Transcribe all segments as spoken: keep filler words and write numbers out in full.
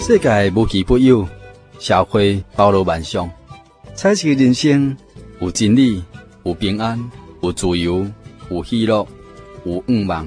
世界无奇不有，社会包罗万象。彩色人生有真理，有平安，有自由，有喜乐，有愿望。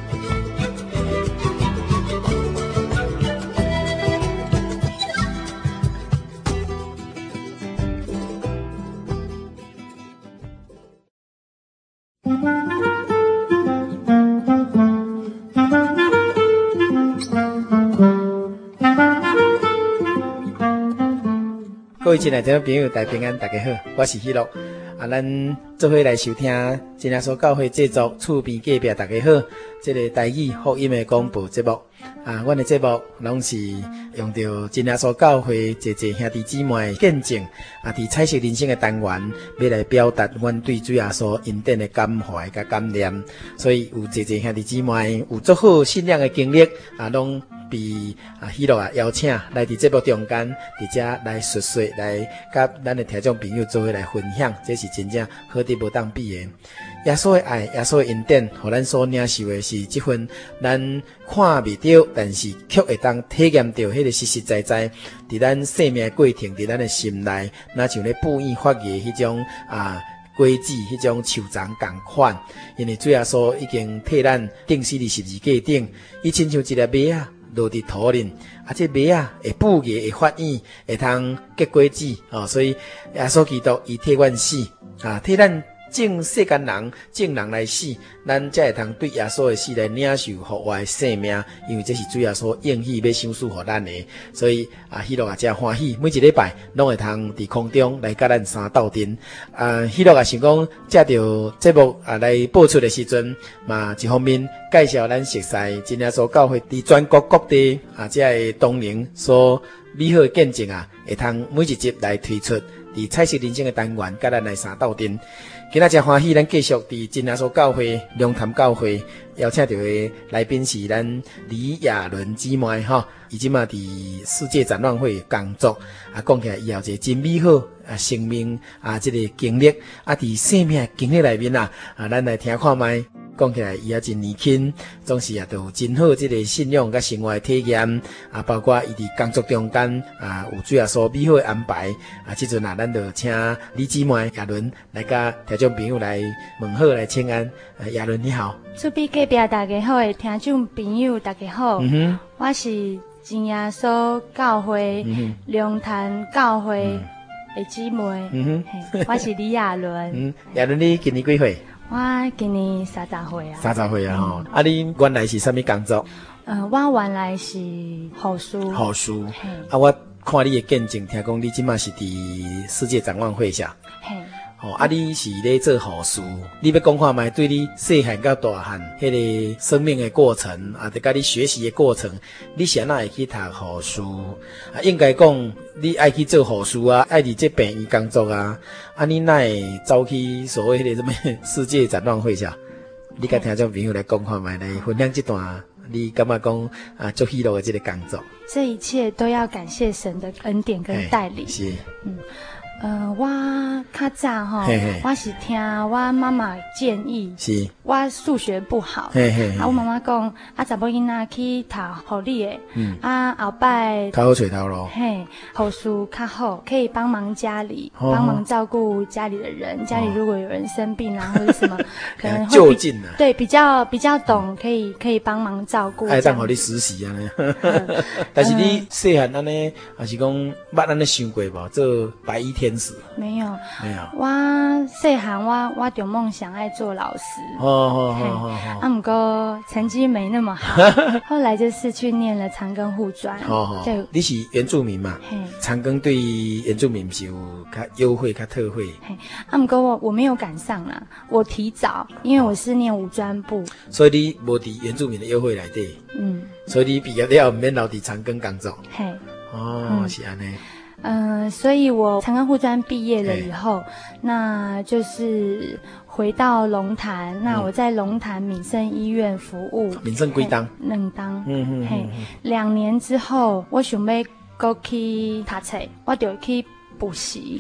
各位亲爱的朋友，大家平安，大家好，我是喜乐。啊，咱做伙来收听真耶稣教会制作厝边隔壁大家好，这个台语福音的广播节目。啊，阮的节目拢是用到真耶稣教会一一兄弟姊妹见证，啊，伫彩色人生的单元，要来表达阮对主耶稣恩典的感怀甲感念。所以有一一兄弟姊妹有足好信仰的经历，啊，拢被啊喜乐啊邀请来伫节目中间，伫遮来述说，来甲咱的听众朋友做伙来分享，这是真正好得无当比的。耶稣的爱，耶稣的恩典，互咱所领受的是这份咱看未到，但是却会当体验到迄个实实在在，伫咱生命的过程，伫咱的心内，那像咧布衣发芽迄种啊果子，迄种树丛共款。因为主耶稣已经替咱钉死伫十字架顶，伊亲像一粒麦啊落伫土里，啊这麦啊会布芽会发芽，会通结果子哦。所以耶稣基督伊替阮死啊，替咱正世间人正人来死，咱才会通对耶稣的死来领受复活的生命，因为这是主耶稣应许要赏赐予咱的。所以啊，喜乐也真欢喜，每一礼拜拢会通伫空中来甲咱三斗阵。啊，喜乐也想讲，借着节目啊来播出的时阵，嘛一方面介绍咱熟悉真耶稣教会伫全国各地啊，这个同龄所美好的见证啊，会通每一集来推出伫彩色人生的单元，甲咱来三斗阵。今仔真欢喜，咱继续伫真耶稣教会龙潭教会邀请到的来宾是咱李亚伦姊妹吼，伊即马伫世界展览会工作，啊，讲起来以后一个真美好啊生命啊，这个经历啊，伫生命经历内面啊，啊，咱来听看卖。讲起来，伊也真年轻，总是也都有真好这个信仰甲生活的体验啊，包括伊伫工作中间啊，有主要所美好的安排啊。即阵啊，咱就请李姊妹亚伦来甲听众朋友来问好来请安。啊，亚伦你好， 厝边隔壁大家好的听众朋友大家好，嗯哼，我是真耶稣教会龙潭教会的姊妹，嗯哼，我是李亚伦。 嗯，亚伦你今年几岁？ 我今年三十岁啊， 三十岁啊吼、嗯。啊，你原来是啥物工作？ 呃，我原来是护士。 护士。啊，我看你的见证，听讲你即马是伫世界展望会下。嘿。哦，啊，你是咧做护士，你要讲看卖对你细汉到大汉迄个生命的过程啊，得甲你学习的过程，你是安怎会去读护士？啊，应该讲你爱去做护士啊，爱伫这病院工作啊，啊，你哪会走去所谓的什么世界展望会下？你甲听众朋友来讲看卖，来分享这段，你感觉讲啊，做喜乐的这个工作？ 这一切都要感谢神的恩典跟带领。是，嗯。呃，我较早吼，我是听我妈妈建议，是，我数学不好，嘿嘿啊，我妈妈讲，啊，查某囡仔去读护理的，嗯，啊，后摆较好找头咯， 嘿，护士较好，可以帮忙家里，帮、哦、忙照顾家里的人，家里如果有人生病啊，或者什么，可能会就近啊， 对，比较比较懂，可以可以帮忙照顾， 爱当互你实习啊呢，但是你细汉安尼，还是讲捌安尼想过无？做白衣天。 没有， 没有。 我细汉我我有梦想爱做老师。哦哦哦哦。啊，不过成绩没那么好，后来就是去念了长庚护专。 哦哦。你是原住民嘛？嘿。长庚对原住民是有较优惠、较特惠。 嘿。啊，不过我我没有赶上啦，我提早，因为我是念五专部。 所以你无伫原住民的优惠内底。嗯。所以你毕业了，免留伫长庚工作。嘿。哦，嗯、是安尼。 嗯、呃，所以我长庚护专毕业了以后，那就是回到龙潭。嗯、那我在龙潭民生医院服务。 民生几当？ 两当。嗯嗯嘿，两年之后，我想要过去读册，我就去补习。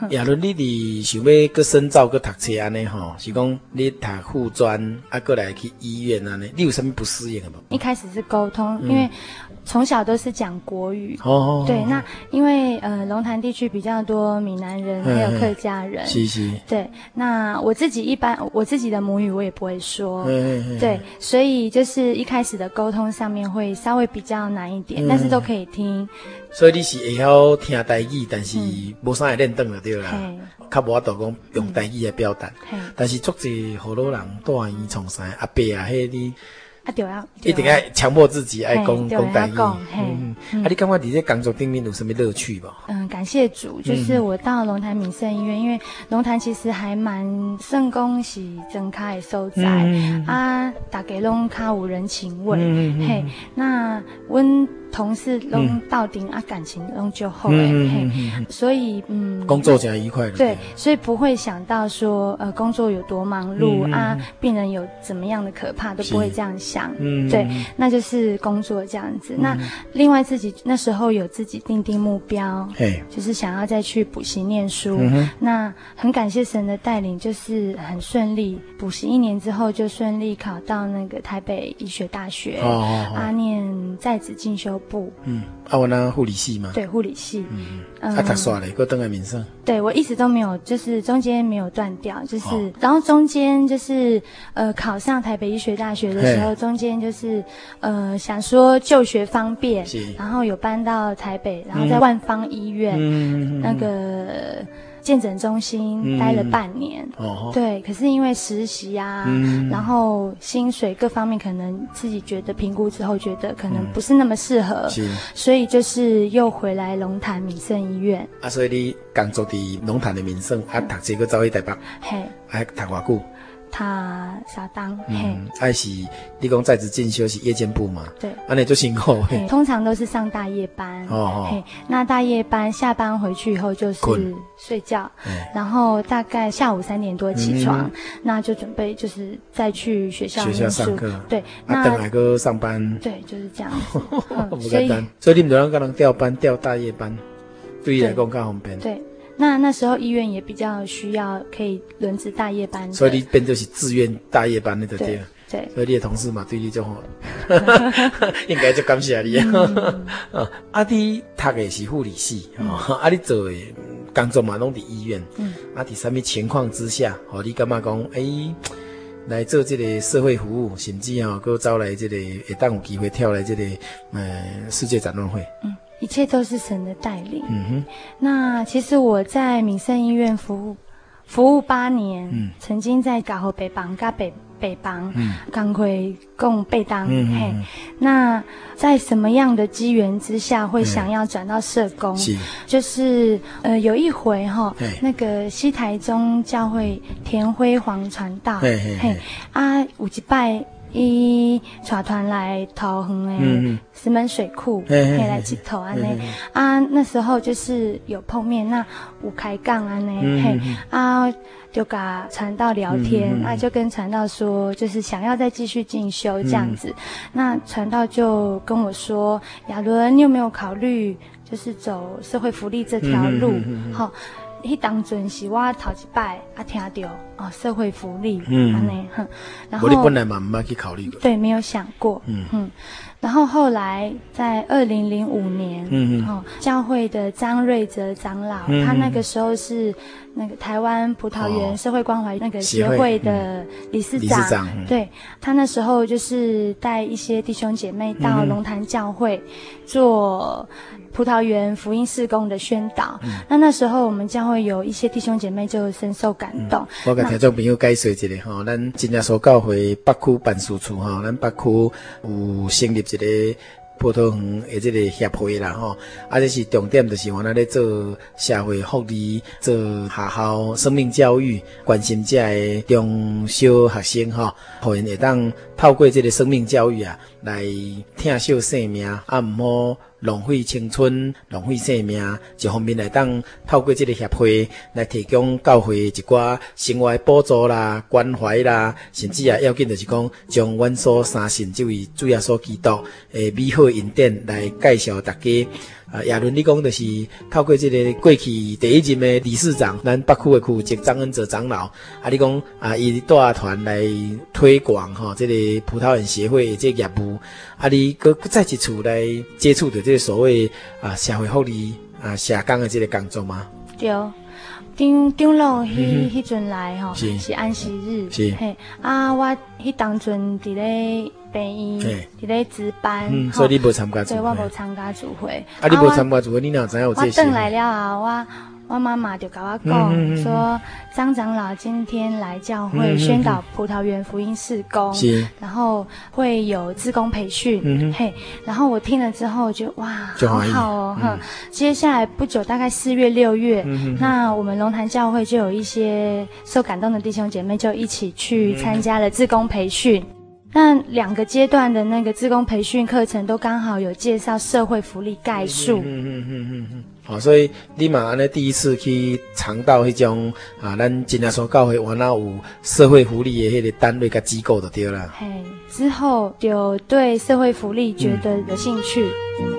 亚伦，你伫想要搁深造搁读册安尼吼，是讲你读护专啊，过来去医院安尼，你有什么不适应的吗？ 一开始是沟通，嗯、因为从小都是讲国语。 哦。 对，那因为呃龙潭地区比较多闽南人，还有客家人。 是是。 对，那我自己一般我自己的母语我也不会说。嗯。对，所以就是一开始的沟通上面会稍微比较难一点，嗯、但是都可以听。 所以你是会晓听台语，但是无啥会练转就对啦。较无法度讲用台语来表达。但是足侪好多人住院创啥阿伯啊，迄你。 啊，对啊， 一定要强迫自己爱讲讲台语。嗯，啊，你感觉伫这工作顶面有什么乐趣吧？ 嗯，感谢主，就是我到龙潭民生医院，因为龙潭其实还蛮圣公是真开的所在，啊，大家拢较有人情味，嘿，那阮同事拢到顶啊，感情拢就好诶，嘿，所以嗯， 工作真愉快。 对，所以不会想到说呃工作有多忙碌啊，病人有怎么样的可怕，都不会这样想。嗯，对，那就是工作这样子。嗯、那另外自己那时候有自己定定目标，就是想要再去补習念書。嗯、那很感謝神的帶領，就是很順利，補習一年之後就順利考到那個台北醫學大學，哦哦哦啊念在職進修部。嗯， 啊我那護理系嘛。 對，護理系。嗯嗯。 啊，讀煞咧，佮轉來民生。 對，我一直都沒有，就是中間沒有斷掉，就是，哦、然後中間就是呃考上台北醫學大學的時候。中間就是呃想說就學方便，然後有搬到台北，然後在萬芳醫院、嗯、那個健診中心待了半年。嗯、對，可是因為實習啊、嗯，然後薪水各方面可能自己覺得評估之後覺得可能不是那麼適合，嗯、所以就是又回來龍潭民生醫院。 啊，所以你工作在龍潭的民生，啊，讀這個走去台北，嘿，啊，讀多久？ 他相當， 嗯，還是你講在職進修是夜間部嘛？對，安尼就辛苦。 通常都是上大夜班，哦哦，嘿，那大夜班下班回去以後就是睡覺，然後大概下午三點多起床，嗯、那就準備就是再去學校學校上課， 對， 那等下個上班， 對，就是這樣子。嗯、 不簡單，所以你們兩個人調班調大夜班，對你來講較方便。 對。那那時候醫院也比較需要可以輪值大夜班的， 所以你變就是自願大夜班那個對。 對， 所以你的同事嘛對你就好，應該就感謝你。嗯、啊，你讀的是護理系，嗯、啊，你做的工作嘛攏在醫院，嗯、啊，在什麼情況之下，哦，你感覺講，哎、欸，來做這個社會服務，甚至啊，擱走來這個會當有機會跳來這個呃世界展覽會。嗯， 一切都是神的帶領。嗯哼，那其實我在民生醫院服務服務八年，嗯，曾經在嘉義北幫甲北北幫，嗯，剛回共北當，嗯嘿，嗯那在什麼樣的機緣之下會想要轉到社工？是、嗯，就是呃有一回哈，那個西台中教會田輝煌傳道，嘿，嘿，嘿啊有一擺。伊帶團來桃園誒石門水庫，可以來佚佗安尼啊。那時候就是有碰面，那有開講安尼，嘿啊，就跟傳道聊天、嗯、啊，就跟傳道說，就是想要再繼續進修這樣子。嗯、那傳道就跟我說：“亞倫，你有沒有考慮就是走社會福利這條路？”好、嗯。嗯嗯哦迄當陣是我頭一擺啊聽到哦社會福利，嗯，安尼哼，然後我哋本來嘛唔捌去考慮過， 對，沒有想過，嗯哼，然後後來在二零零五年，嗯嗯，哦，教會的張瑞哲長老，嗯、他那個時候是那個台灣葡萄園社會關懷那個協會的理事長，理事長嗯、對，他那時候就是帶一些弟兄姐妹到龍潭教會做葡萄園福音事工的宣導，嗯、那那時候我們教會有一些弟兄姐妹就深受感動。嗯、我跟聽眾朋友介紹一下吼，咱真耶穌教會北區辦事處吼，咱北區有成立一個葡萄園的這個協會啦吼，啊，這是重點，就是我那咧做社會福利、做學校生命教育，關心這的中小學生吼，互因會當透過這個生命教育啊，來疼惜生命，啊，唔好浪費青春、浪費生命，一方面來當透過這個協會來提供教會一寡生活補助啦、關懷啦，甚至啊要緊就是講將阮所相信這位主耶穌基督誒美好恩典來介紹大家。 啊，亚伦你讲就是透过这个过去第一任的理事长，咱北区的区籍张恩泽长老，啊，你讲啊，伊带团来推广吼、哦，这个葡萄园协会的这个业务，啊，你搁再一次来接触的这个所谓啊社会福利啊社工的这个工作吗？ 对。张张老迄迄阵来吼，是是安息日， 是嘿啊，我迄当阵伫咧病院，伫咧值班， 嗯，所以你无参加组会， 对，我无参加组会。 啊，你无参加组会，你哪知影有这些？ 我转来了后，我我妈妈就跟我讲、嗯、说，张长老今天来教会、嗯、宣导葡萄园福音事工， 是， 然后会有志工培训，嗯嘿，然后我听了之后就哇，好好哦，哼、嗯。接下来不久，大概四月六月，嗯、那我们龙潭教会就有一些受感动的弟兄姐妹就一起去参加了志工培训。嗯，那两个阶段的那个志工培训课程都刚好有介绍社会福利概述。嗯嗯嗯嗯嗯。 好、哦，所以你嘛安尼第一次去尝到迄种啊，咱真耶稣教会原来有社会福利的迄个单位甲机构就对啦。 嘿，之后就对社会福利觉得有兴趣。嗯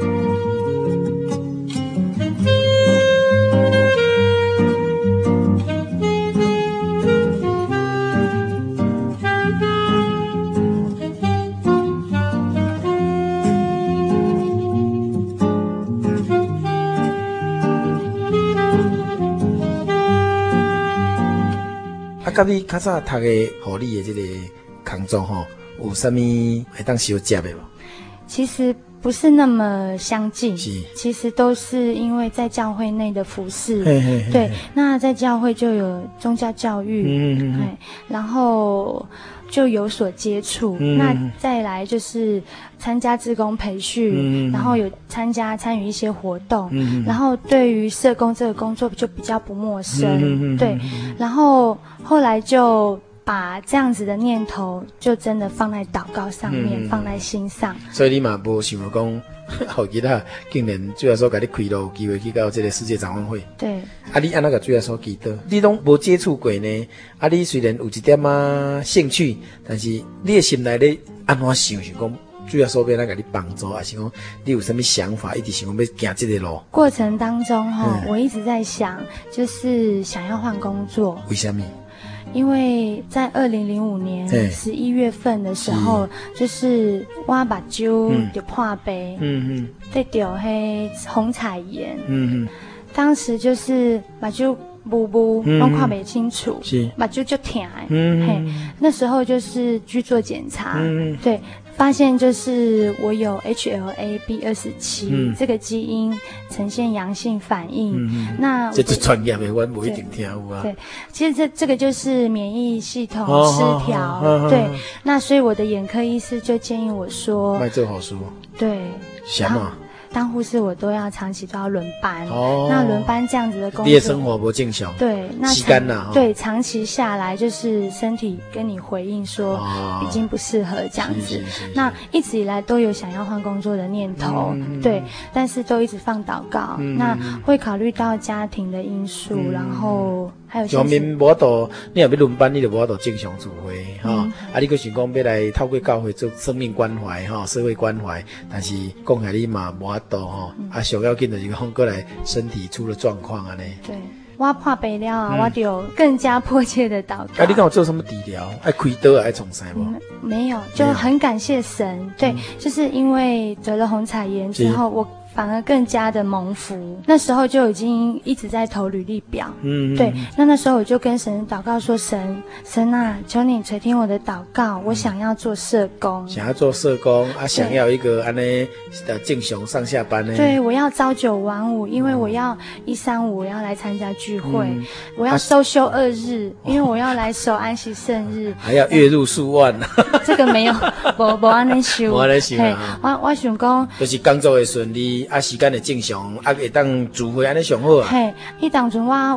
甲你较早读的护理的这个工作吼，有啥物会当小接的无？ 其实不是那么相近， 是， 其实都是因为在教会内的服事， 嘿嘿嘿对。那在教会就有宗教教育，嗯嗯嗯，然后就有所接触。嗯、那再来就是参加志工培训，嗯、然后有参加参与一些活动，嗯、然后对于社工这个工作就比较不陌生，嗯、对。然后后来就把这样子的念头就真的放在祷告上面，嗯、放在心上。 所以你嘛无想过讲，后日啊，竟然主要说给你开路有机会去到这个世界展望会。 对。 啊，你安那个主要说记得，你拢无接触过呢。啊，你虽然有一点啊兴趣，但是你的心内咧安怎想想讲？主要说要来给你帮助，还是讲你有什么想法，一直想要行这个路？ 过程当中哈、嗯，我一直在想，就是想要换工作。 为什么？ 因为在二零零五年十一月份的时候，就是我目睭就破白，嗯嗯，在得黑红彩炎，嗯嗯，当时就是目睭雾雾，拢看不清楚，是目睭就疼，嗯嘿，那时候就是去做检查，嗯对。发现就是我有 H L A B 二十七这个基因呈现阳性反应，嗯、那这是专业的，我不一定听有啊。 对，其实这这个就是免疫系统失调，哦、对、哦。那所以我的眼科医师就建议我说， 卖做好书。 对， 什么？ 当护士我都要长期都要轮班，哦，那轮班这样子的工作， 你的生活不正常， 对，那时间啦， 对，长期下来就是身体跟你回应说已经不适合这样子，那一直以来都有想要换工作的念头，嗯、对，但是都一直放祷告，嗯、那会考虑到家庭的因素，嗯、然后还有上面无度，你若要轮班，你就无度正常聚会，哈、嗯，啊，你佫想讲要来透过教会做生命关怀，哈，社会关怀，但是讲起你嘛无。到吼、嗯、啊，上要紧的就是讲过来身体出了状况啊呢。 对，我破病了啊，嗯、我就更加迫切的祷告。 啊，你看我做什么治疗？爱开刀爱从啥不？ 没有，就很感谢神。对，嗯、就是因为得了红彩炎之后，我反而更加的蒙福。那时候就已经一直在投履历表。嗯，对。那那时候我就跟神祷告说：“神，神啊，求你垂听我的祷告，我想要做社工， 想要做社工啊，想要一个安尼的正常上下班呢。 对，我要朝九晚五，因为我要一三五我要来参加聚会，嗯、我要周休二日，啊、因为我要来守安息圣日， 还要月入数万。 这个没有，无无安尼想， 无安尼想啊。 我我想讲， 就是工作会顺利。啊，时间会正常，啊，会当聚会安尼上好啊。 嘿，迄当阵我有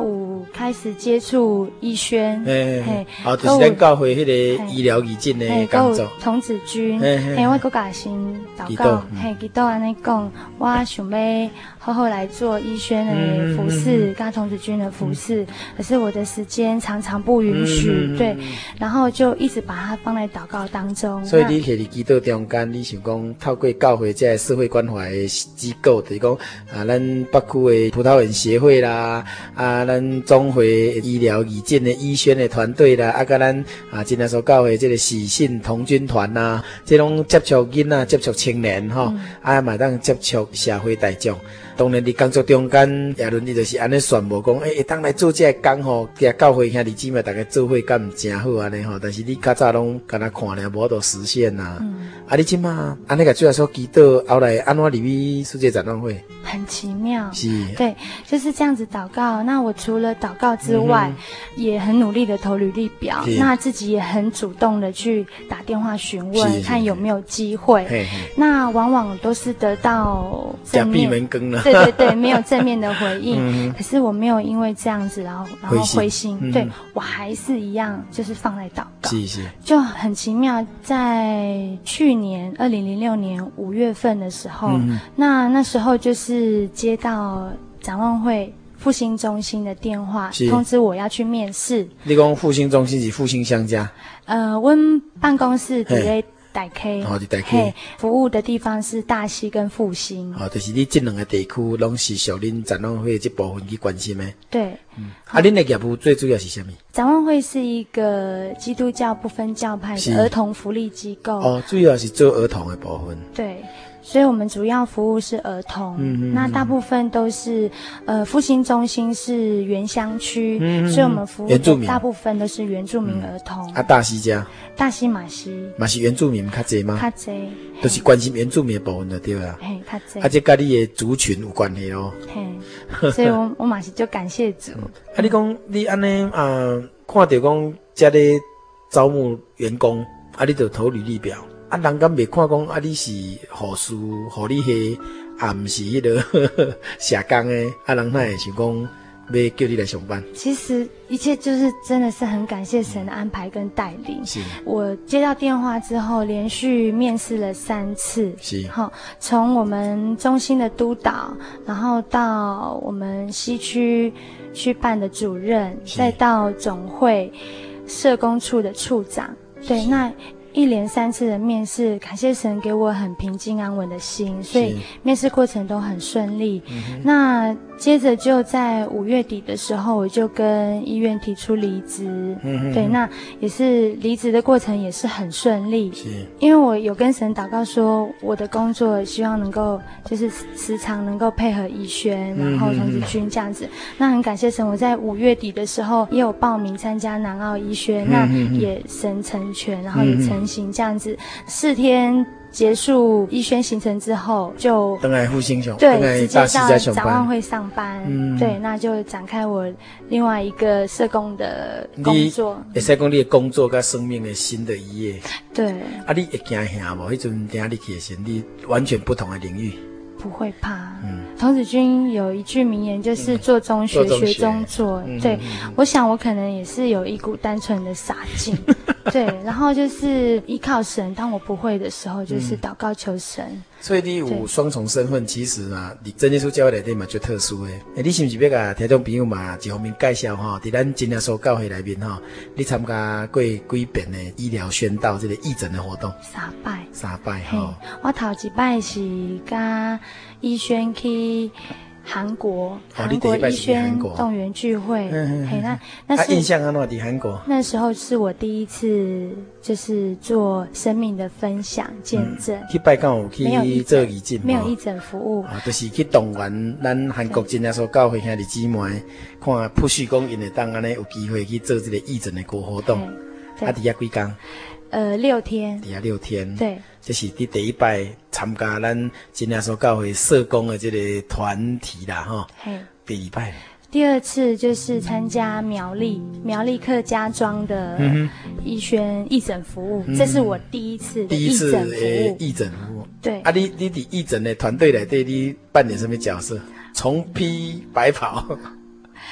开始接触医宣， 嘿，嘿，哦，就是咱教会迄个医疗义诊的工作。 童子军，嘿，我搁家先祷告，嘿，祈祷安尼讲，我想要好好来做医宣的服侍，跟童子军的服侍，可是我的时间常常不允许，对，然后就一直把它放在祷告当中。 所以你喺祈祷中间，你想讲透过教会这社会关怀的机构，就是讲啊，咱北区的葡萄园协会啦，啊，咱中会医疗义诊的医宣的团队啦，啊，甲咱啊，今仔所教会这个喜信童军团呐，这种接触囡仔、接触青年吼，嗯、啊，嘛当接触社会大众。当然，伫工作中间，亚伦你就是安尼宣布讲，诶、欸，当来做这个工吼，甲教会兄弟姊妹大家做伙干毋真好安尼吼。但是你较早拢干那看了，无都实现呐、啊。嗯、啊，你即马安尼个主要说祈祷，后来安怎入去世界展览会？ 很奇妙， 是， 对，就是这样子祷告。那我除了祷告之外，嗯、也很努力的投履历表，那自己也很主动的去打电话询问，看有没有机会。嘿嘿那往往都是得到正面。 闭门羹了。 对对对，没有正面的回应。嗯、可是我没有因为这样子，然后然后灰心，嗯、对我还是一样，就是放在祷告。 是是， 就很奇妙。在去年二零零六年五月份的时候，嗯、那那时候就是接到展望会复兴中心的电话，通知我要去面试。 你讲复兴中心是复兴乡家？ 呃，我们办公室在大 K， 哦，大 K， 服务的地方是大溪跟复兴。 哦，就是你这两个地区拢是属恁展望会这部分去关心的。 对， 嗯，啊，恁的业务最主要是什么？ 展望会是一个基督教不分教派的儿童福利机构。 哦，主要是做儿童的部分。 对。所以我们主要服务是儿童，嗯、那大部分都是呃复兴中心是原乡区，嗯、所以我们服务的大部分都是原住民儿童。 嗯、啊，大溪家， 大溪马溪， 嘛是原住民较济吗？ 较济， 都是关心原住民的部分就对啦。 嘿，较济。 啊，这跟你的族群有关系咯。 嘿，所以我我嘛是就感谢主。 啊，你讲你安尼啊，看到讲这里招募员工，啊，你就投履历表。啊，人敢袂看讲啊，你是护士，护理系，啊，毋是迄个社工诶，啊，人哪会想讲要叫你来上班？ 其实一切就是真的是很感谢神的安排跟带领。是，我接到电话之后，连续面试了三次。是，好，从我们中心的督导，然后到我们西区区办的主任，再到总会社工处的处长。对，那。一连三次的面试，感谢神给我很平静安稳的心，所以面试过程都很顺利。嗯、那接着就在五月底的时候，我就跟医院提出离职。嗯、对，那也是离职的过程也是很顺利。是，因为我有跟神祷告说，我的工作希望能够就是时常能够配合医宣，然后童子军这样子。嗯、那很感谢神，我在五月底的时候也有报名参加南澳医宣，嗯、那也神成全，然后也成。行这样子，四天结束医宣行程之后，就登来复兴熊， 对，直接到展望会上班，嗯、对，那就展开我另外一个社工的工作。 会使讲你的工作跟生命的新的一页。 对。 啊，你会惊吓无？迄阵听你去的时，你完全不同的领域。 不会怕。嗯，童子军有一句名言，就是做中学，嗯、学中做。嗯、对，嗯、我想我可能也是有一股单纯的傻劲。对，然后就是依靠神，当我不会的时候，就是祷告求神。嗯、 所以你有双重身份，其实嘛，你真耶稣教会内底嘛最特殊的。诶，你是不是要甲听众朋友嘛一方面介绍吼？伫咱真耶稣教会内面吼，你参加过几遍的医疗宣道这个义诊的活动？ 三摆。 三摆吼。 我头一摆是甲医宣去。韩国，韩国医宣动员聚会，嘿，那那是印象安怎？伫韩国那时候是我第一次，就是做生命的分享见证。 去拜讲有去做义诊， 没有义诊服务， 啊，就是去动员咱韩国真耶稣教会兄弟姊妹，看普许讲因会当安尼有机会去做这个义诊的活动，啊，伫遐几天？ 呃，六天。 伫遐六天。 对。 这是第第一摆参加咱真耶稣教会社工的这个团体啦，吼。嘿。第二摆。 第二次就是参加苗栗苗栗客家庄的医宣义诊服务，嗯、这是我第一次的义诊服务。 义诊服务。 对。 啊，你你伫义诊的团队内底，你扮演什么角色？重披白袍。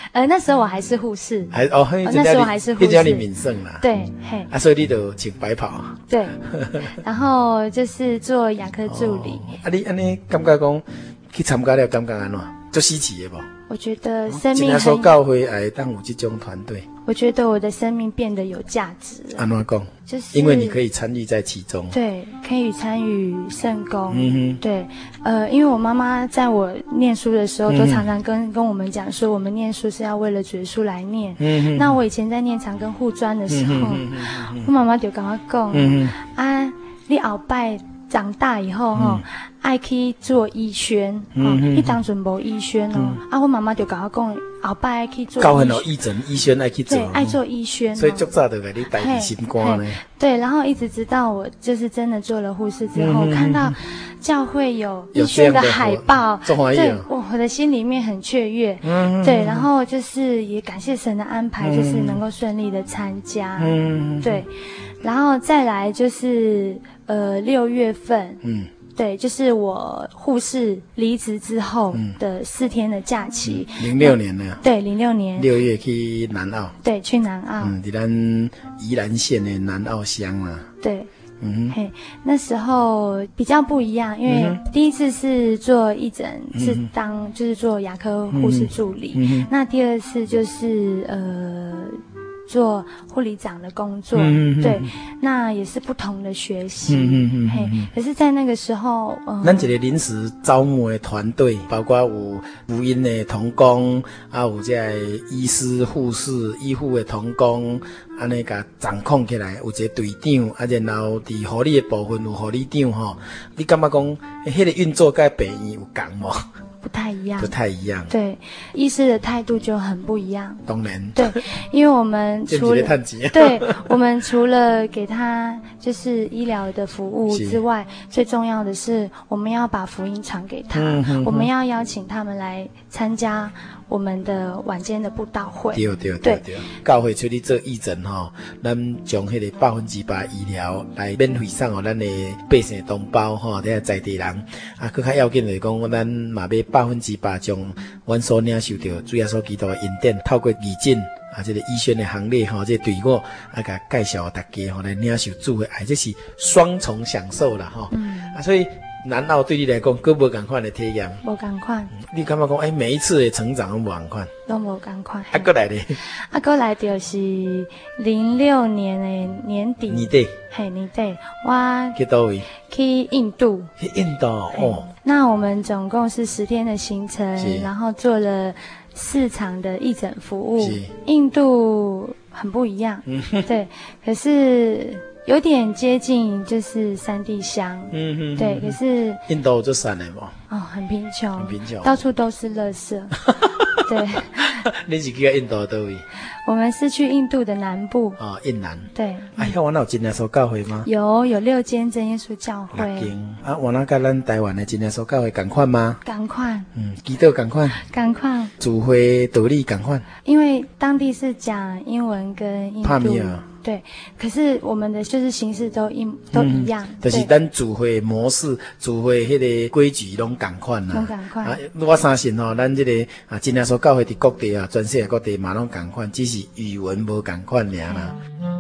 呃，那时候我还是护士， 还哦， 哦那时候还是护士， 比较你敏盛啦。 对，嘿， 啊，所以你就穿白袍。 对，然后就是做牙科助理。 哦、啊，你安尼感觉讲去参加了，感觉安怎？做稀奇的不？ 我觉得生命很。 今天说教会哎，当有这种团队。 我觉得我的生命变得有价值了。 安怎讲？ 就是因为你可以参与在其中。 对，可以参与圣工。 嗯哼。 对，呃，因为我妈妈在我念书的时候，都常常跟、嗯、跟我们讲说，我们念书是要为了主耶稣来念。嗯哼。那我以前在念长庚护专的时候，嗯嗯、我妈妈就跟我讲，嗯啊，你后摆长大以后哈。嗯爱去做医宣，哦，你当阵无医宣哦，啊，我妈妈就跟我讲，后摆爱去做。教很多医诊、医宣爱去做。对，爱做医宣。所以足早就给你带起心肝呢。对，然后一直直到我就是真的做了护士之后，看到教会有医宣的海报，对，我我的心里面很雀跃。嗯。对，然后就是也感谢神的安排，就是能够顺利的参加。嗯。对，然后再来就是呃六月份。嗯。对，就是我护士离职之后的四天的假期。 零六年呢？ 对，零六年六月去南澳。 对，去南澳。 嗯，在咱宜兰县的南澳乡啊。 对，嗯嘿，那时候比较不一样，因为第一次是做义诊，嗯、是当就是做牙科护士助理。嗯嗯、那第二次就是呃。做护理长的工作，嗯、对，那也是不同的学习，嗯嗯嘿。可是，在那个时候，呃， 咱一个临时招募的团队，包括有福音的同工，啊，有这医师、护士、医护的同工，安尼甲掌控起来，有一个队长，啊，然后伫护理的部分有护理长吼。你感觉讲，迄个运作甲病院有共无？ 不太一样， 不太一样。 对，医师的态度就很不一样。 当然， 对，因为我们除了对，我们除了给他就是医疗的服务之外，最重要的是我们要把福音传给他，嗯、哼哼我们要邀请他们来参加我们的晚间的布道会。 对对对对，教会出去做义诊吼，咱将迄个百分之百医疗来免费送予咱的百姓同胞吼，这在地人啊，更较要紧就是讲，咱嘛要百分之百将阮所领受到主耶稣基督的恩典，透过义诊啊，这个医宣的行列吼，这个队伍啊，甲介绍大家吼来领受主的爱，这是双重享受啦吼。嗯、啊，所以。南澳对你来讲，佫无共款的体验， 无共款。 你感觉讲，哎，每一次的成长都无共款， 都无共款。 啊，过来咧， 啊，过来就是零六年的年底， 年底， 嘿，年底，我去倒位？ 去印度。 去印度哦。 那我们总共是十天的行程，然后做了四场的义诊服务。印度很不一样，嗯、对，可是。有点接近就是山地乡，嗯哼，对，可是印度就山的嘛， 哦，很贫穷， 很贫穷， 到处都是垃圾，对。 你是去印度倒位？ 我们是去印度的南部啊、哦，印南。 对。 哎呀，我那有真耶稣教会吗？ 有，有六间真耶稣教会。 六间啊，我那跟咱台湾的真耶稣教会同款吗？ 同款。 嗯，基督同款。 同款。主会道理同款。 因为当地是讲英文跟印度。帕米尔。对，可是我们的就是形式都一都一样， 嗯、就是咱主会模式、主会迄个规矩拢同款啦， 拢同款。啊， 我相信吼，咱这个啊，真耶稣教会伫各地啊，全世界各地嘛拢同款，只是语文无同款尔啦。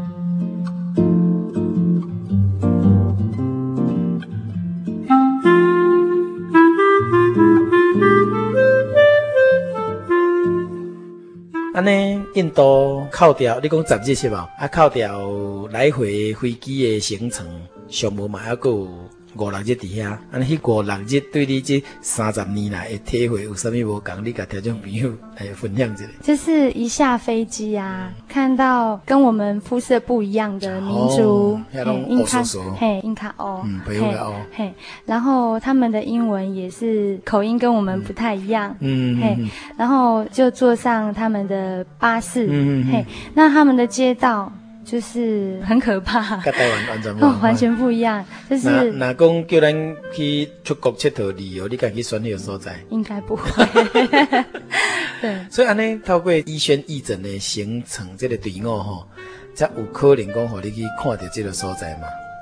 安尼，印度扣掉，你讲十日是无？啊，扣掉来回飞机的行程，上无嘛还佫有五六日伫遐。安尼，迄五六日对你这三十年来的体会有啥物无共？你甲听众朋友来分享一下。 就是一下飞机啊，看到跟我们肤色不一样的民族， 嘿，印卡， 嘿，印卡欧， 嗯，北欧欧， 嘿，然后他们的英文也是口音跟我们不太一样，嗯，嘿，然后就坐上他们的巴士，嗯嘿，那他们的街道。就是很可怕， 跟台湾完全不、哦、 完全不一样。就是那讲叫咱去出国佚佗旅游，你敢去选那个所在？ 应该不会。对， 所以安尼透过医宣义诊的行程，这个队伍吼，才有可能讲，互你去看到这个所在嘛。嗯，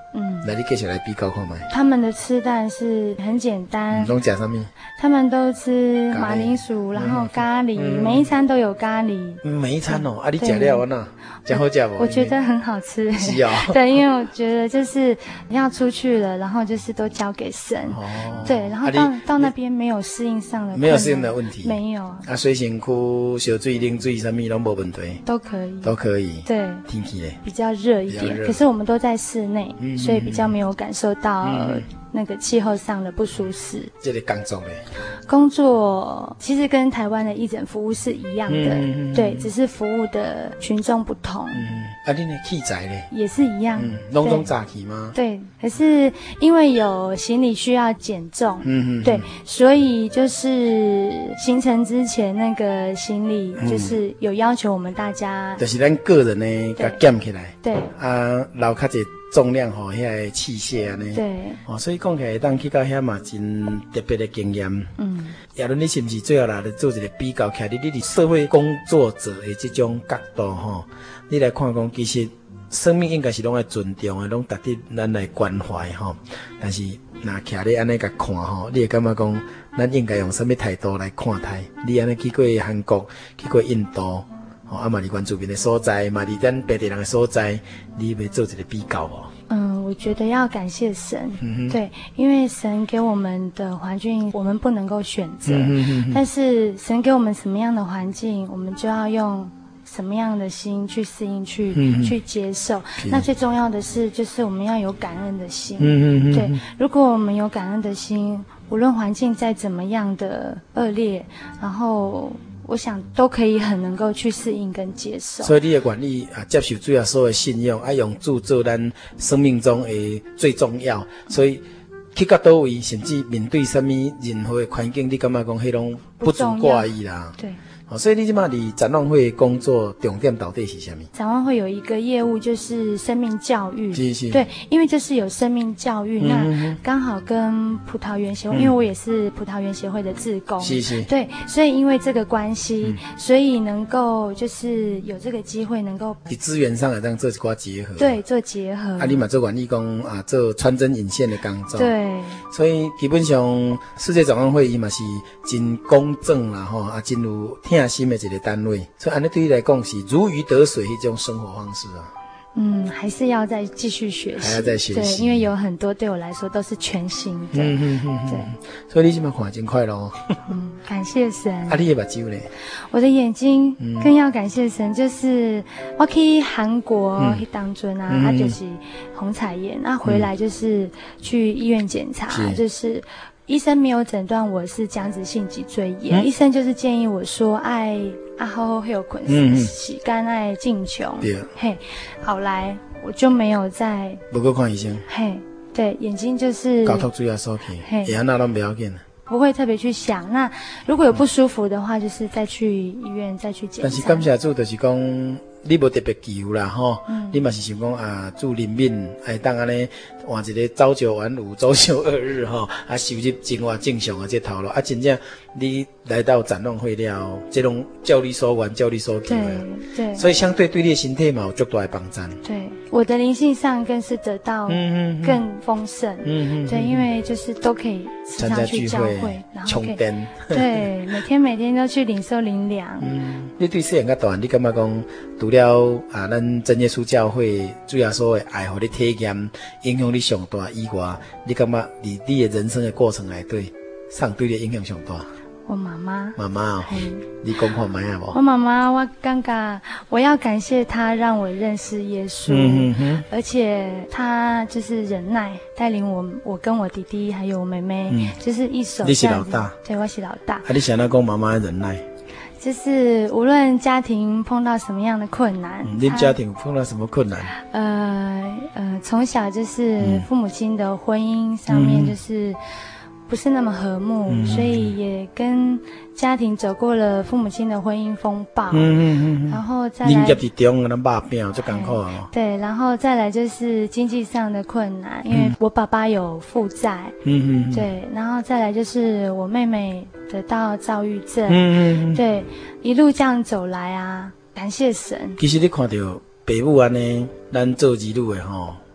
来，你继续来比较看卖。 他们的吃蛋是很简单， 拢吃什么？ 他们都吃马铃薯，然后咖喱，嗯、每一餐都有咖喱。 每一餐哦，啊，你吃了完呐？吃好吃不？ 我觉得很好吃。 是啊、哦。 对，因为我觉得就是要出去了，然后就是都交给神。哦。对，然后到、啊、到那边没有适应上的没有适应的问题， 没有。 啊，水身躯、烧水、冷水什么都没问题， 都可以， 都可以。 对， 天气嘞比较热一点，可是我们都在室内，嗯、所以比较没有感受到。嗯那个气候上的不舒适， 这个工作嘞， 工作其实跟台湾的义诊服务是一样的，嗯、对，只是服务的群众不同。 嗯，啊，你的器材嘞也是一样， 嗯，拢总早起吗？ 对，可是因为有行李需要减重，嗯嗯，对，所以就是行程之前那个行李就是有要求我们大家， 就是咱个人呢，甲减起来， 对， 啊，留较济重量吼，遐个器械安尼， 对， 哦，所以讲起来，当去到遐嘛，真特别的经验。嗯，亚伦，你是不是最后来做一个比较？起来，你你社会工作者的这种角度吼，你来看讲，其实生命应该是拢爱尊重的，拢值得咱来关怀吼。但是，那徛咧安尼甲看吼，你会感觉讲，咱应该用什么态度来看待？你安尼去过韩国，去过印度。哦，啊嘛，离关注边的所在，嘛离咱本地人的所在，你要做一个比较哦。 嗯，我觉得要感谢神，嗯、对，因为神给我们的环境，我们不能够选择，嗯、但是神给我们什么样的环境，我们就要用什么样的心去适应，去、嗯、去接受。那最重要的是，就是我们要有感恩的心，嗯、对，如果我们有感恩的心，无论环境再怎么样的恶劣，然后。我想都可以很能够去适应跟接受， 所以你的愿意啊，接受主要所有信用，啊，用主做咱生命中的最重要。所以去到倒位，甚至面对什么任何的环境，你感觉讲迄种不足挂意啦。 对。 哦，所以你即马伫展望会工作重点到底是什么？ 展望会有一个业务就是生命教育， 是是， 对，因为就是有生命教育，嗯、那刚好跟葡萄园协会，嗯、因为我也是葡萄园协会的志工， 是是， 对，所以因为这个关系，嗯、所以能够就是有这个机会能够在资源上来这样做一寡结合， 对，做结合。 啊，你嘛做愿意讲啊，做穿针引线的工作， 对， 所以基本上世界展望会伊嘛是真公正啦吼，啊，真有听。心的一个单位，所以安尼对你来讲是如鱼得水一种生活方式啊。 嗯，还是要再继续学习， 还要再学习， 对，因为有很多对我来说都是全新的。嗯嗯嗯，对。 所以你今麦看真快咯。 嗯，感谢神。 啊，你的目睭呢？ 我的眼睛更要感谢神，就是我去韩国去当中啊，他、嗯、就是红彩炎，那回来就是去医院检查，嗯、就是。医生没有诊断我是僵直性脊椎炎，嗯、医生就是建议我说爱啊好好休困，嗯、洗干爱进穷。对，嘿，好来我就没有再不够看医生。 嘿，对，眼睛就是高头注意收起，嘿，也那都不要紧。 不会特别去想，那如果有不舒服的话，就是再去医院再去检查。 但是感谢主，就是讲你无特别求啦吼，嗯、你嘛是想讲啊，祝人民哎当安尼换一个朝九晚五、周休二日吼，啊收入生活正常的这头路啊，真正你来到展望会了，这种照你所愿、照你所求的， 对对， 所以相对对你的身体嘛有足大的帮助。 对，我的灵性上更是得到更丰盛，嗯嗯，对，因为就是都可以时常去教会，然后充电， 对，每天每天都去领受灵粮。 嗯，你对细汉较大，你感觉讲除了啊，咱真耶稣教会主要所谓爱互你体验，影响你上大以外，你感觉你你的人生的过程内对，上对你的影响上大？ 我妈妈， 妈妈哦，你讲看买啊无？ 我妈妈，我感觉我要感谢她让我认识耶稣，嗯、哼哼而且她就是忍耐，带领我，我跟我弟弟还有我妹妹，嗯、就是一手。 你是老大？ 对，我是老大。啊， 你想要讲妈妈忍耐？ 就是无论家庭碰到什么样的困难， 嗯、你家庭碰到什么困难？ 呃呃，从小就是父母亲的婚姻上面就是不是那么和睦，嗯、所以也跟家庭走过了父母亲的婚姻风暴。嗯嗯嗯。然后再来， 人家伫中啊，咱爸变就艰苦哦。 对，然后再来就是经济上的困难，因为我爸爸有负债。嗯嗯。对，然后再来就是我妹妹得到躁郁症。嗯嗯。对，一路这样走来啊，感谢神。 其实你看到爸母安尼，咱做儿女的吼。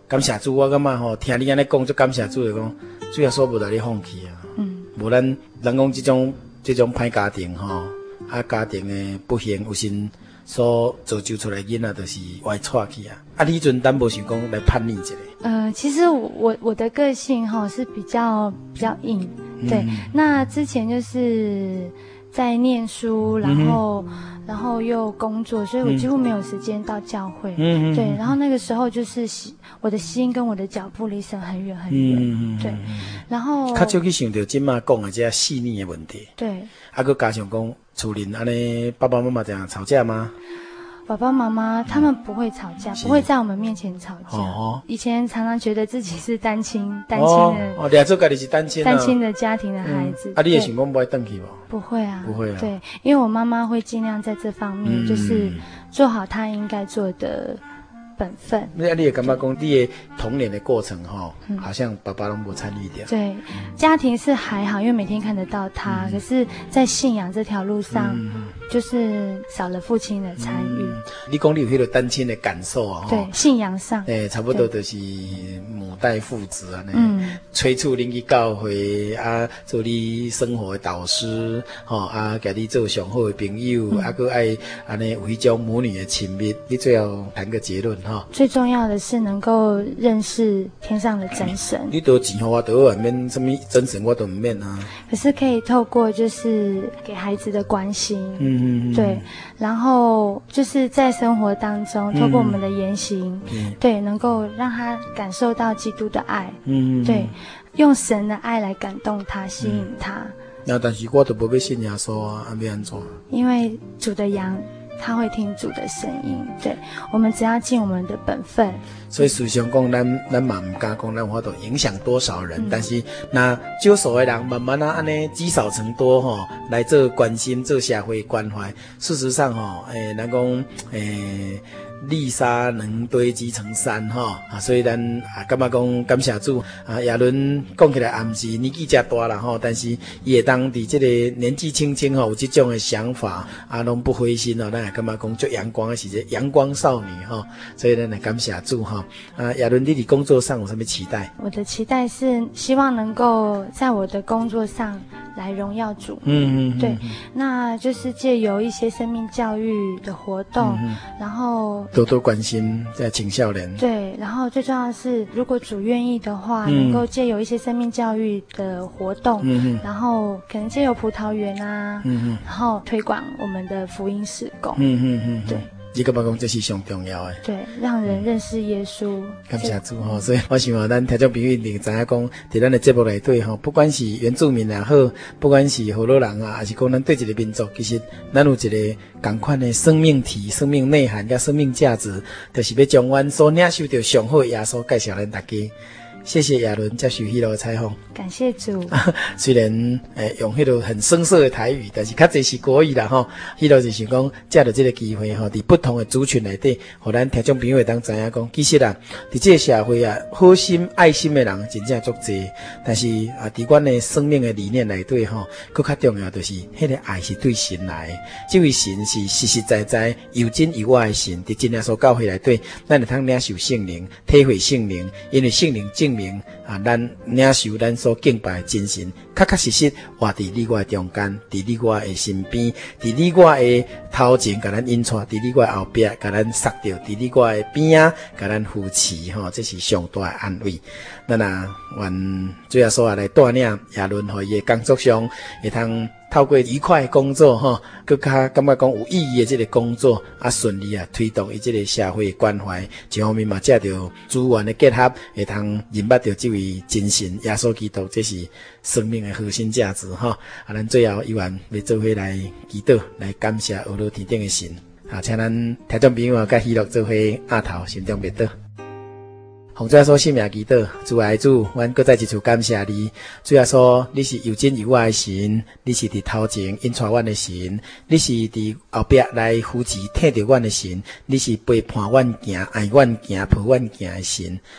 感谢主，我感觉吼，听你安尼讲，就感谢主的讲，主要说无得你放弃啊。嗯，无咱人讲这种这种歹家庭吼，啊家庭的不幸有时所造就出来囡仔，就是歪错去啊。啊，你阵咱无想讲来叛逆一下。 呃，其实我我的个性哈是比较比较硬，对。嗯、那之前就是在念书，然后、嗯、然后又工作，所以我几乎没有时间到教会。嗯对，然后那个时候就是我的心跟我的脚步离神很远很远。嗯对。然后较少去想到今嘛讲的这细腻的问题。 对。 啊，佮加上讲厝里安尼爸爸妈妈这样吵架吗？ 爸爸妈妈他们不会吵架，不会在我们面前吵架。哦，以前常常觉得自己是单亲，单亲的。 哦，俩做家己是单亲、啊。 单亲的家庭的孩子。 嗯、啊，你也想讲不会回去吗？ 不会啊， 不会啊。 对，因为我妈妈会尽量在这方面，就是做好她应该做的本分。 那你也感觉讲，你的童年的过程哈，嗯、好像爸爸都没参与掉。 对，家庭是还好，因为每天看得到他，嗯、可是，在信仰这条路上，嗯、就是少了父亲的参与。嗯、 你讲你有迄个单亲的感受啊？ 对，信仰上， 诶，差不多就是母带父子啊，嗯，催促你去教会啊，做你生活的导师，吼、哦、啊，甲你做上好的朋友，嗯、啊，佮爱安尼有迄种母女的亲密。你最后谈个结论哈。 最重要的是能够认识天上的真神。 你多钱我都外面什么真神我都唔免啊。 可是可以透过就是给孩子的关心，嗯嗯对，然后就是在生活当中，透过我们的言行，嗯、对，能够让他感受到基督的爱，嗯对，用神的爱来感动他，吸引他。 那、嗯、但是我都不要信耶稣啊，要安怎？ 因为主的羊。他会听主的声音，对，我们只要尽我们的本分。 所以事实上讲，咱咱嘛唔敢讲，咱法度影响多少人，嗯、但是那少数的人慢慢啊安尼积少成多吼，来做关心、做社会关怀。事实上吼，诶、欸，咱讲诶。砾沙能堆积成山哈啊，所以咱啊感觉讲感谢主啊，亚伦讲起来也毋是年纪真大啦吼，但是伊会当伫这个年纪轻轻吼有这种的想法啊，拢不灰心哦，咱也感觉讲最阳光的是这阳光少女哈，所以咱来感谢主哈啊，亚伦你伫工作上有什么期待？ 我的期待是希望能够在我的工作上来荣耀主，嗯嗯，对，那就是借由一些生命教育的活动，嗯、然后。 多多关心在青少年。 对，然后最重要的是，如果主愿意的话，嗯、能够借由一些生命教育的活动，嗯、然后可能借由葡萄园啊，嗯、然后推广我们的福音事工。嗯嗯嗯，对。 你感觉讲这是上重要的， 对，让人认识耶稣。 感谢主吼，所以我想话咱听众朋友一定知影讲，伫咱的节目内底吼，不管是原住民也好，不管是河洛人啊，还是讲咱对一个民族，其实咱有一个同款的生命体、生命内涵甲生命价值，就是要将阮所领受到上好的耶稣介绍咱大家。谢谢亚伦接受迄落采访， 感谢主。 虽然诶用迄落很生涩的台语，但是较侪是国语啦吼。迄落就是讲借着这个机会吼，伫不同的族群内底，互咱听众朋友会当知影讲，其实啊，伫这个社会啊，好心爱心的人真正足侪，但是啊，伫阮的生命的理念内底吼，更较重要就是迄个爱是对神来的，这位神是实实在在有真有我的神，伫真耶稣教会内底，咱会通领受圣灵，体会圣灵，因为圣灵证明啊，咱领受咱所敬拜的真神，确确实实活伫你我的中间，伫你我的身边，伫你我的头前，甲咱引带，伫你我的后壁，甲咱塞着，伫你我的边啊，甲咱扶持吼，这是上大的安慰。咱啊，愿主耶稣啊来带领亚伦和伊的工作上，会通透过愉快的工作吼，更加感觉讲有意义的这个工作啊，顺利啊推动伊这个社会关怀，一方面嘛借着资源的结合，会通认捌着这位真神耶稣基督，这是生命的核心价值哈。啊，咱最后一愿要做伙来祈祷，来感谢俄罗天顶的神。啊，请咱听众朋友啊，甲喜乐做伙压头心中默祷。奉主耶稣圣名祈祷，主爱主，阮搁再一次感谢你。主耶稣，你是有真有我的神，你是伫头前引带阮的神，你是伫后壁来扶持疼着阮的神，你是陪伴阮行、爱阮行、抱阮行的神。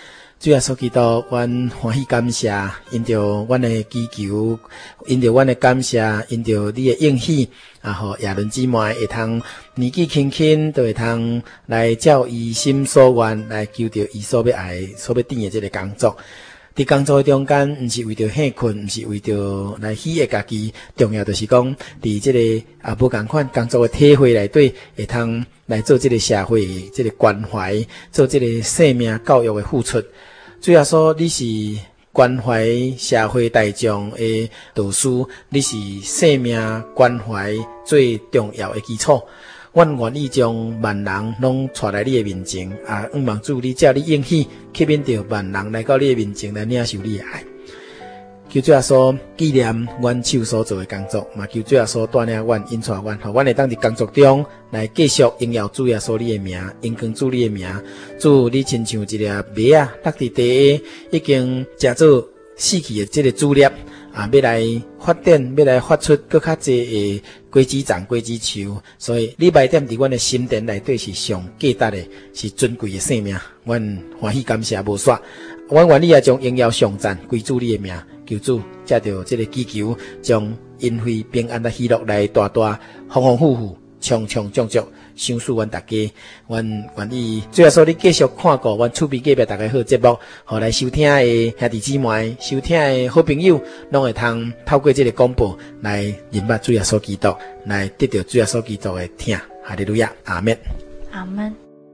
主耶稣基督，阮欢喜感谢，因着阮的祈求，因着阮的感谢，因着你的应许，啊，互亚伦姊妹会通年纪轻轻，都会通来照伊心所愿，来求着伊所要爱、所要甜的这个工作。伫工作的中间，毋是为着享困，毋是为着来喜悦家己，重要就是讲，伫这个啊无共款工作的体会内底，会通来做这个社会这个关怀，做这个生命教育的付出。主要说，你是关怀社会大众的导师，你是生命关怀最重要的基础。阮愿意将万人拢带来你的面前，啊，愿望主你照你应许，吸引着万人来到你的面前来领受你的爱。求主耶稣纪念阮手所做的工作，嘛求主耶稣带领阮、引带阮，互阮会当伫工作中来继续荣耀主耶稣你的名，荣光主你的名。主，你亲像一粒麦啊，落伫地下，已经食做死去的这个主粒啊，要来发展，要来发出更较济的果子长、果子树。所以你埋点伫阮的心田内底是上价值的，是尊贵的生命。阮欢喜感谢无煞，阮愿意也将荣耀颂赞归主你的名。求主借着这个祈求，将恩惠平安的喜乐来大大丰丰富富、充充足足赏赐阮大家。阮愿意主要说你继续看顾阮厝边隔壁大家好节目，互来收听的兄弟姊妹、收听的好朋友，拢会通透过这个广播来认捌主耶稣基督，来得到主耶稣基督的听。哈利路亚，阿们， 阿们。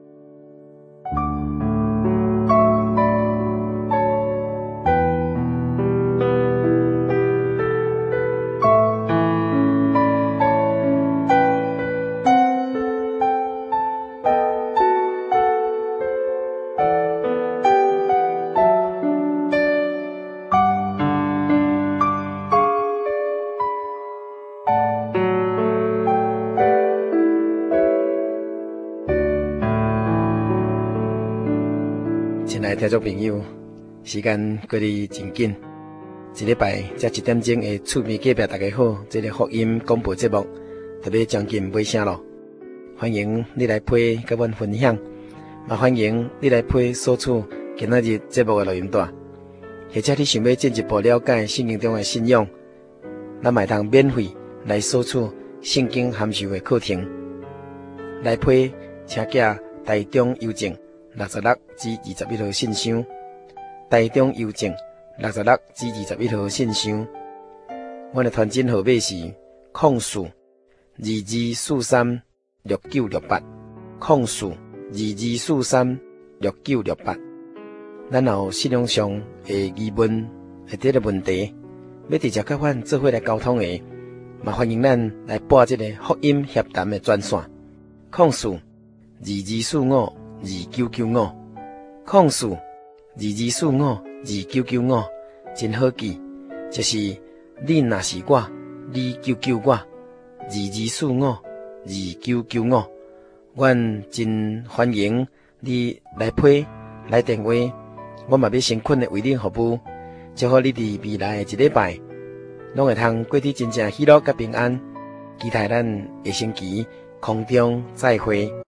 听众朋友，时间过得真紧，一礼拜才一点钟的厝边隔壁大家好，这个福音广播节目特别将近尾声咯。欢迎你来陪跟阮分享，也欢迎你来陪索取今仔日节目的录音带，或者你想要进一步了解圣经中的信仰，咱嘛通免费来索取圣经函授的课程。来陪，请寄台中邮政六十六至二十一号信箱，台中邮政六十六至二十一号信箱。我的传真号码是空四二二四三六九六八，空四二二四三六九六八。咱有信仰上的疑问或者个问题，要直接甲阮做伙来沟通的，嘛欢迎咱来拨这个福音协谈的专线，空四二二四五。二九九五，空四二二四五二九九五，真好记，就是你若是我，你救救我，二二四五二九九五，阮真欢迎你来配来电话，我嘛要诚恳的为你服务，祝福你伫未来的一礼拜，拢会通过得真正喜乐甲平安，期待咱下星期空中再会。